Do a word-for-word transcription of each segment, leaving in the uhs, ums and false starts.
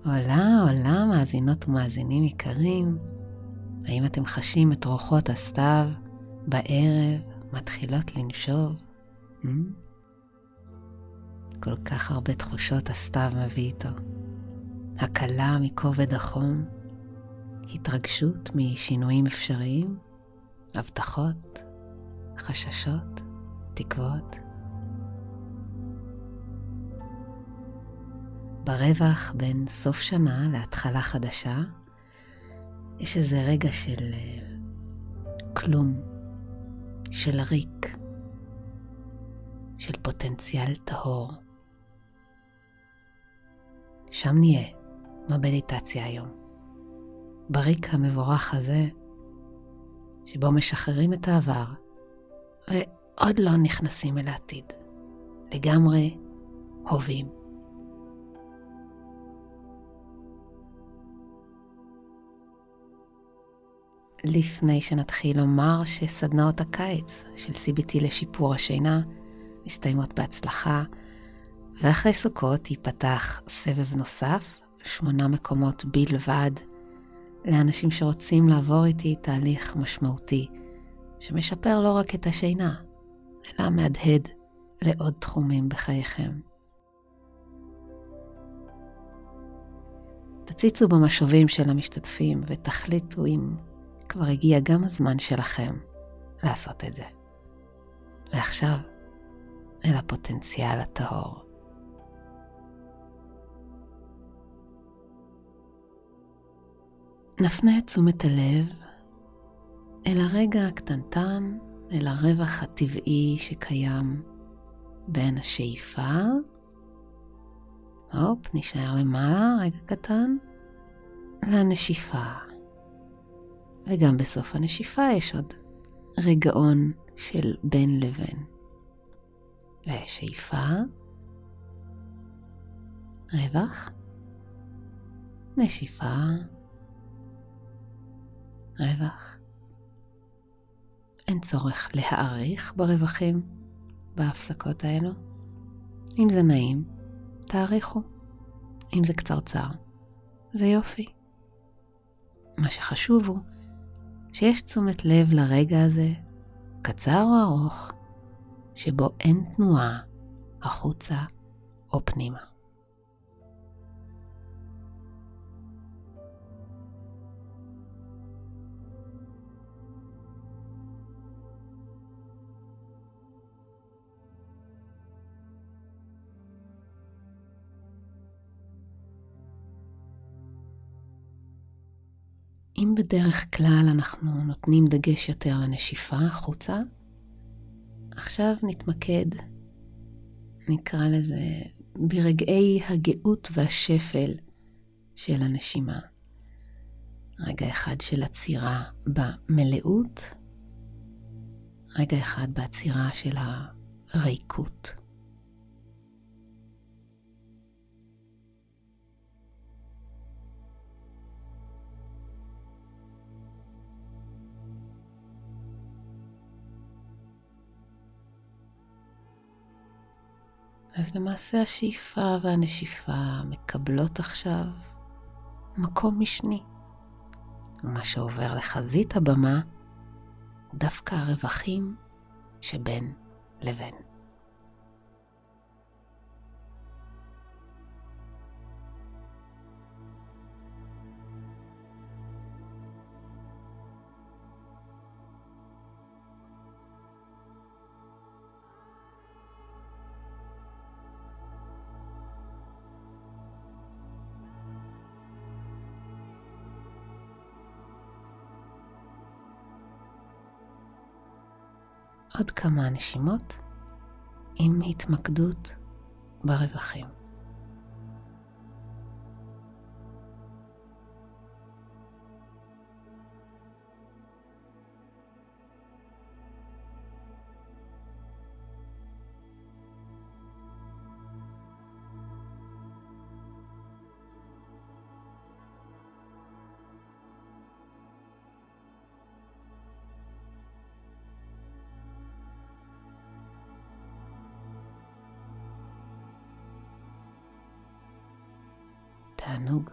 עולה, עולה, מאזינות ומאזינים יקרים. האם אתם חשים את רוחות הסתיו בערב מתחילות לנשוב? Hmm? כל כך הרבה תחושות הסתיו מביא איתו. הקלה מכובד החום, התרגשות משינויים אפשריים, הבטחות, חששות, תקוות. ברווח בין סוף שנה להתחלה חדשה, יש איזה רגע של כלום, של ריק, של פוטנציאל טהור. שם נהיה במדיטציה היום. בריק המבורך הזה, שבו משחררים את העבר, ועוד לא נכנסים אל העתיד. לגמרי הווים. לפני שנתחיל לומר שסדנאות הקיץ של סי בי טי לשיפור השינה מסתיימות בהצלחה, ואחרי סוכות ייפתח סבב נוסף, שמונה מקומות בלבד, לאנשים שרוצים לעבור איתי תהליך משמעותי, שמשפר לא רק את השינה, אלא מהדהד לעוד תחומים בחייכם. תציצו במשובים של המשתתפים ותחליטו אם כבר הגיע גם הזמן שלכם לעשות את זה. ועכשיו, אל הפוטנציאל הטהור. נפנה את תשומת הלב אל הרגע הקטנטן, אל הרווח הטבעי שקיים בין השאיפה, הופ, נשאר למעלה, רגע קטן, לנשיפה. וגם בסוף הנשיפה יש עוד רגעון של בין לבין. ושאיפה, רווח, נשיפה, רווח. אין צורך להאריך ברווחים בהפסקות האלו. אם זה נעים, תאריכו. אם זה קצרצר, זה יופי. מה שחשוב הוא שיש תשומת לב לרגע הזה, קצר או ארוך, שבו אין תנועה החוצה או פנימה. אם בדרך כלל אנחנו נותנים דגש יותר לנשיפה החוצה, עכשיו נתמקד, נקרא לזה, ברגעי הגאות והשפל של הנשימה. רגע אחד של עצירה במלאות, רגע אחד בעצירה של הריקות. אז למעשה השאיפה והנשיפה מקבלות עכשיו מקום משני. ומה שעובר לחזית הבמה, דווקא הרווחים שבין לבין. עוד כמה נשימות עם התמקדות ברווחים. תענוג.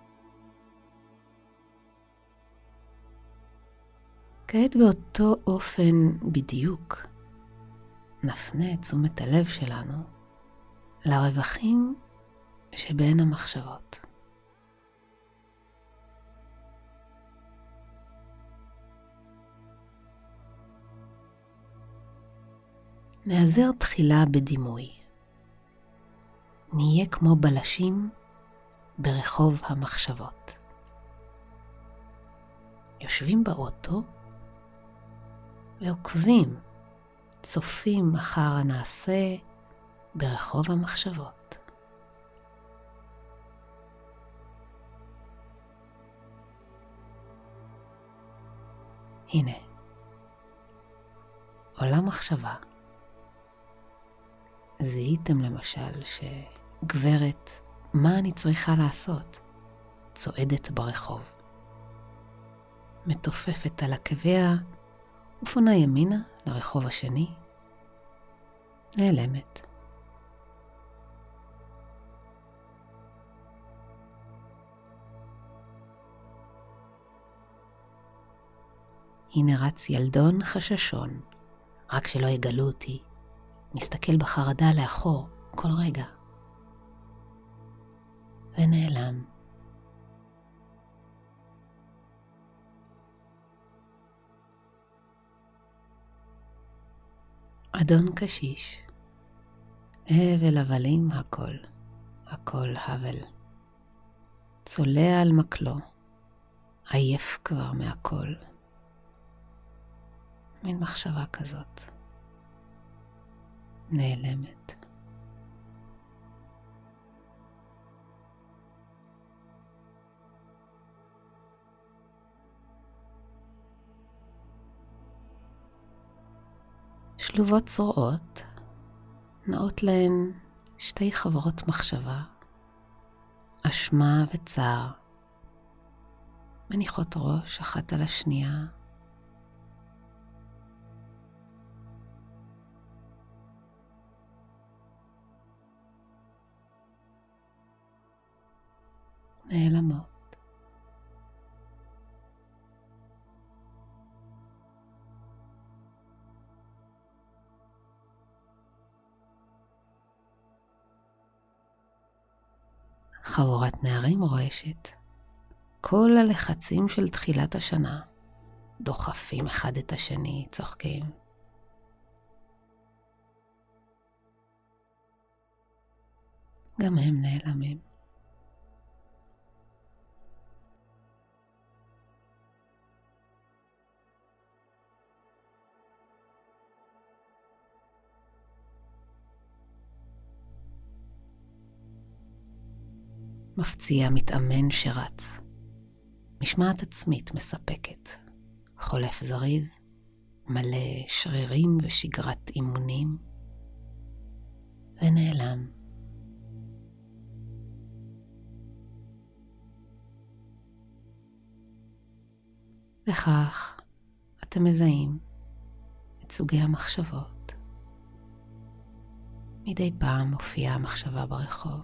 כעת באותו אופן בדיוק נפנה את תשומת הלב שלנו לרווחים שבין המחשבות. נעזר תחילה בדימוי. נהיה כמו בלשים ברחוב המחשבות. יושבים באוטו ועוקבים, צופים אחר הנעשה ברחוב המחשבות. הנה, עולה מחשבה. זיהיתם למשל שגברת, מה אני צריכה לעשות? צועדת ברחוב. מתופפת על עקביה ופונה ימינה לרחוב השני. נעלמת. הנה רץ ילדון חששון, רק שלא יגלו אותי. מסתכל בחרדה לאחור כל רגע. ונעלם. אדון קשיש. הבל הבלים הכל. הכל הבל. צולע על מקלו. עייף כבר מהכל. מין מחשבה כזאת. נעלמת. שלובות זרועות, נעות להן שתי חברות מחשבה, אשמה וצער, מניחות ראש אחת על השנייה, נעלמות. חבורת נערים רועשת. כל הלחצים של תחילת השנה דוחפים אחד את השני, צוחקים. גם הם נעלמים. מפציע מתאמן שרץ. משמעת עצמית מספקת. חולף זריז, מלא שרירים ושגרת אימונים, ונעלם. וכך אתם מזהים את סוגי המחשבות. מדי פעם מופיעה המחשבה ברחוב.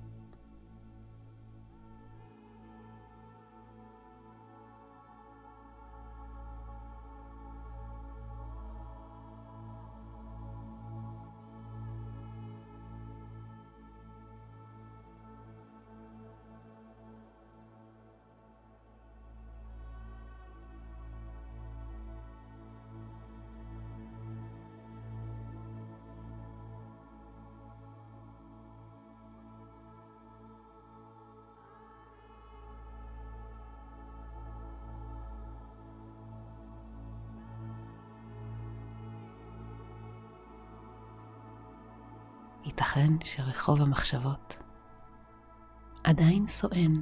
ייתכן שרחוב המחשבות עדיין סואן.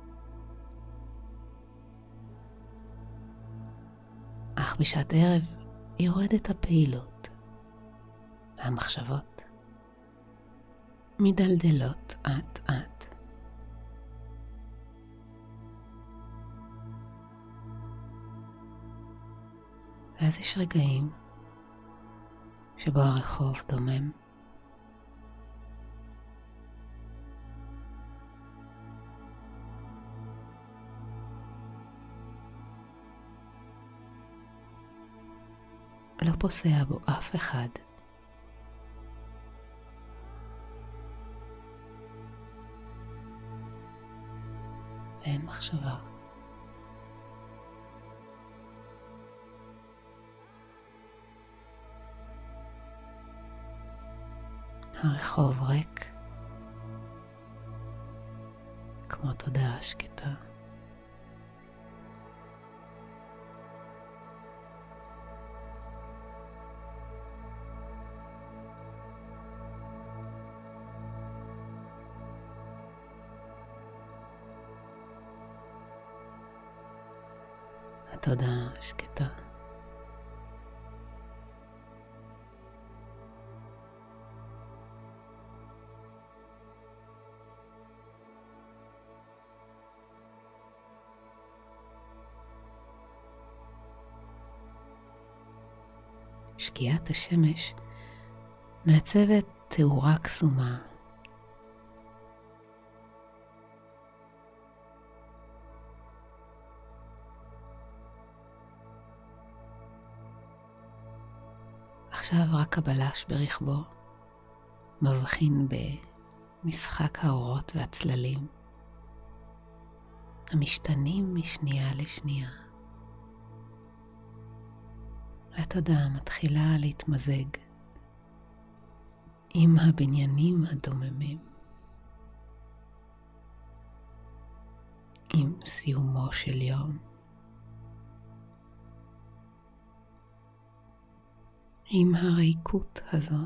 אך בשעת ערב יורדת הפעילות, והמחשבות מדלדלות אט אט. ואז יש רגעים שבו הרחוב דומם. פוסע בו אף אחד. ואין מחשבה. הרחוב ריק, כמו תודעה שקטה. התודעה שקטה. שקיעת השמש מעצבת תאורה קסומה. עכשיו רק הבלש ברכבו מבחין במשחק האורות והצללים המשתנים משנייה לשנייה. והתודעה מתחילה להתמזג עם הבניינים הדוממים. עם סיומו של יום. עם הריקות הזו.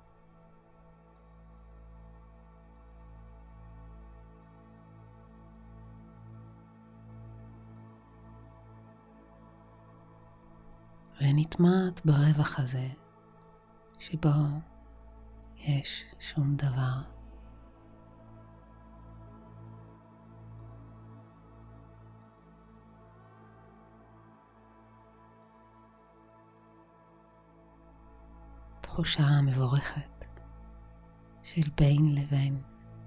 ונטמעת ברווח הזה, שבו יש שום דבר. תחושה מבורכת של בין לבין.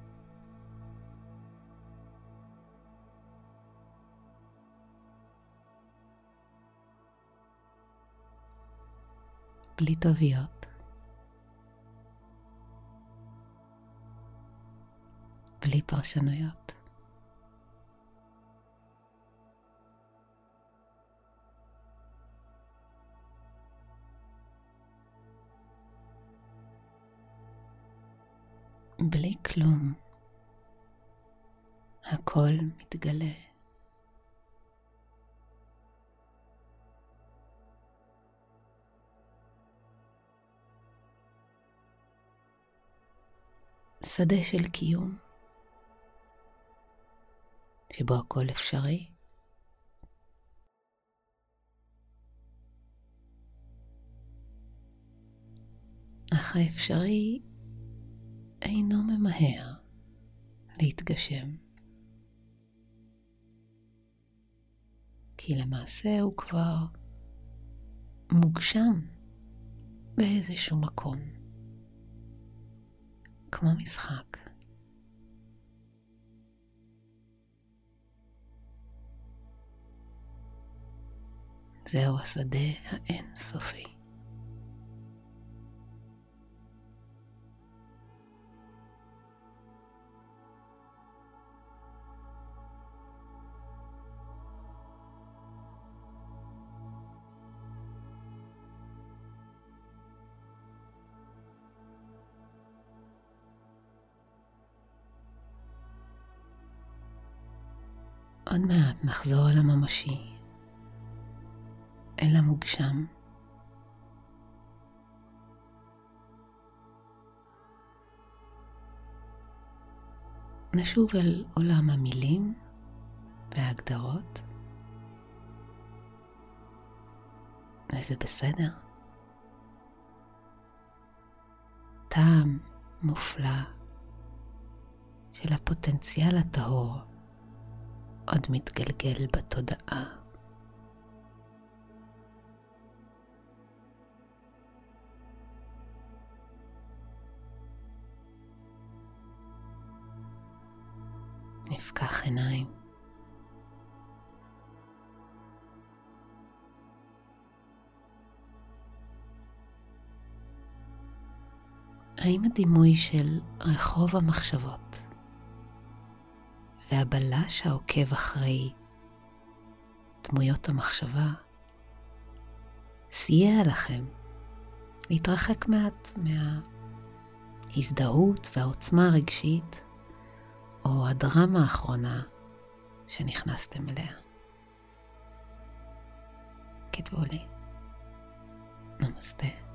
בלי תוויות, בלי פרשנויות. בלי כלום, הכל מתגלה. שדה של קיום, שבו הכל אפשרי. אך האפשרי אינו ממהר להתגשם, כי למעשה הוא כבר מוגשם באיזשהו מקום, כמו משחק. זהו השדה האינסופי. עוד מעט נחזור אל הממשי, אל המוגשם. נשוב אל עולם המילים וההגדרות, וזה בסדר. טעם מופלא של הפוטנציאל הטהור עוד מתגלגל בתודעה. נפקח עיניים. האם הדימוי של רחוב המחשבות והבלש העוקב אחרי דמויות המחשבה סייע לכם להתרחק מעט מההזדהות והעוצמה הרגשית או הדרמה האחרונה שנכנסתם אליה? כתבו לי. נמסטה.